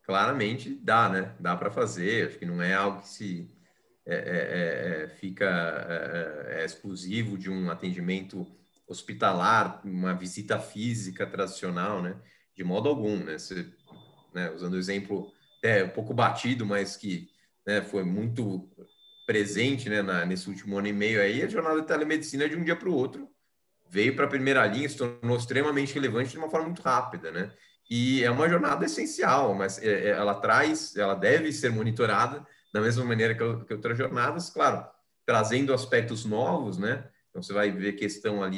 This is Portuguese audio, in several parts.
claramente dá, né? Dá para fazer. Acho que não é algo que se fica exclusivo de um atendimento hospitalar, uma visita física tradicional, né? De modo algum, né? Você, né, usando o exemplo um pouco batido, mas que, né, foi muito presente, né, nesse último ano e meio aí, a jornada de telemedicina de um dia para o outro veio para a primeira linha, se tornou extremamente relevante de uma forma muito rápida, né? E é uma jornada essencial, mas ela deve ser monitorada da mesma maneira que outras jornadas, claro, trazendo aspectos novos, né? Então você vai ver questão ali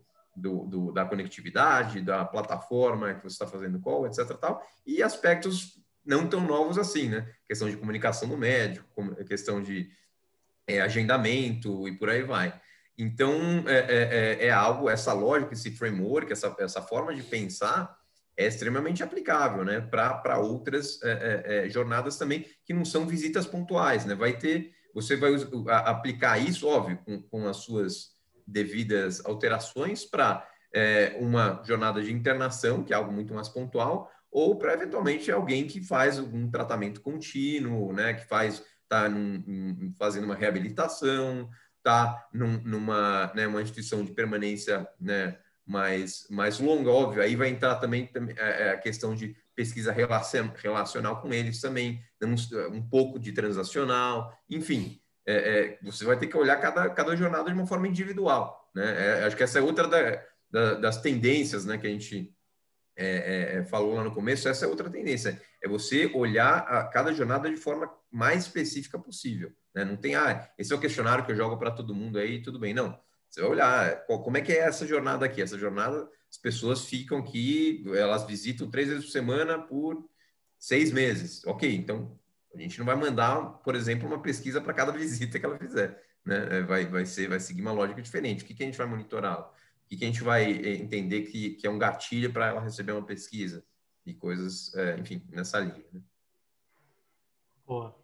da conectividade, da plataforma que você está fazendo call, etc. Tal, e aspectos não tão novos assim, né? Questão de comunicação do médico, questão de agendamento e por aí vai. Então, algo, essa lógica, esse framework, essa forma de pensar é extremamente aplicável, né, para outras jornadas também, que não são visitas pontuais, né? Você vai aplicar isso, óbvio, com as suas devidas alterações para uma jornada de internação, que é algo muito mais pontual, ou para, eventualmente, alguém que faz um tratamento contínuo, né, que está fazendo uma reabilitação, está numa, né, uma instituição de permanência, né, mais longa, óbvio. Aí vai entrar também a questão de pesquisa relacional com eles também, um pouco de transacional, enfim. Você vai ter que olhar cada jornada de uma forma individual, né? Acho que essa é outra das tendências, né, que a gente falou lá no começo. Essa é outra tendência, é você olhar cada jornada de forma mais específica possível, né? Não tem, esse é o questionário que eu jogo para todo mundo aí, tudo bem, não. Você vai olhar como é que é essa jornada aqui. Essa jornada, as pessoas ficam aqui, elas visitam 3 vezes por semana por 6 meses. Ok, então a gente não vai mandar, por exemplo, uma pesquisa para cada visita que ela fizer, né? Vai seguir uma lógica diferente. O que a gente vai monitorar? O que a gente vai entender que é um gatilho para ela receber uma pesquisa e coisas, enfim, nessa linha, né? Boa.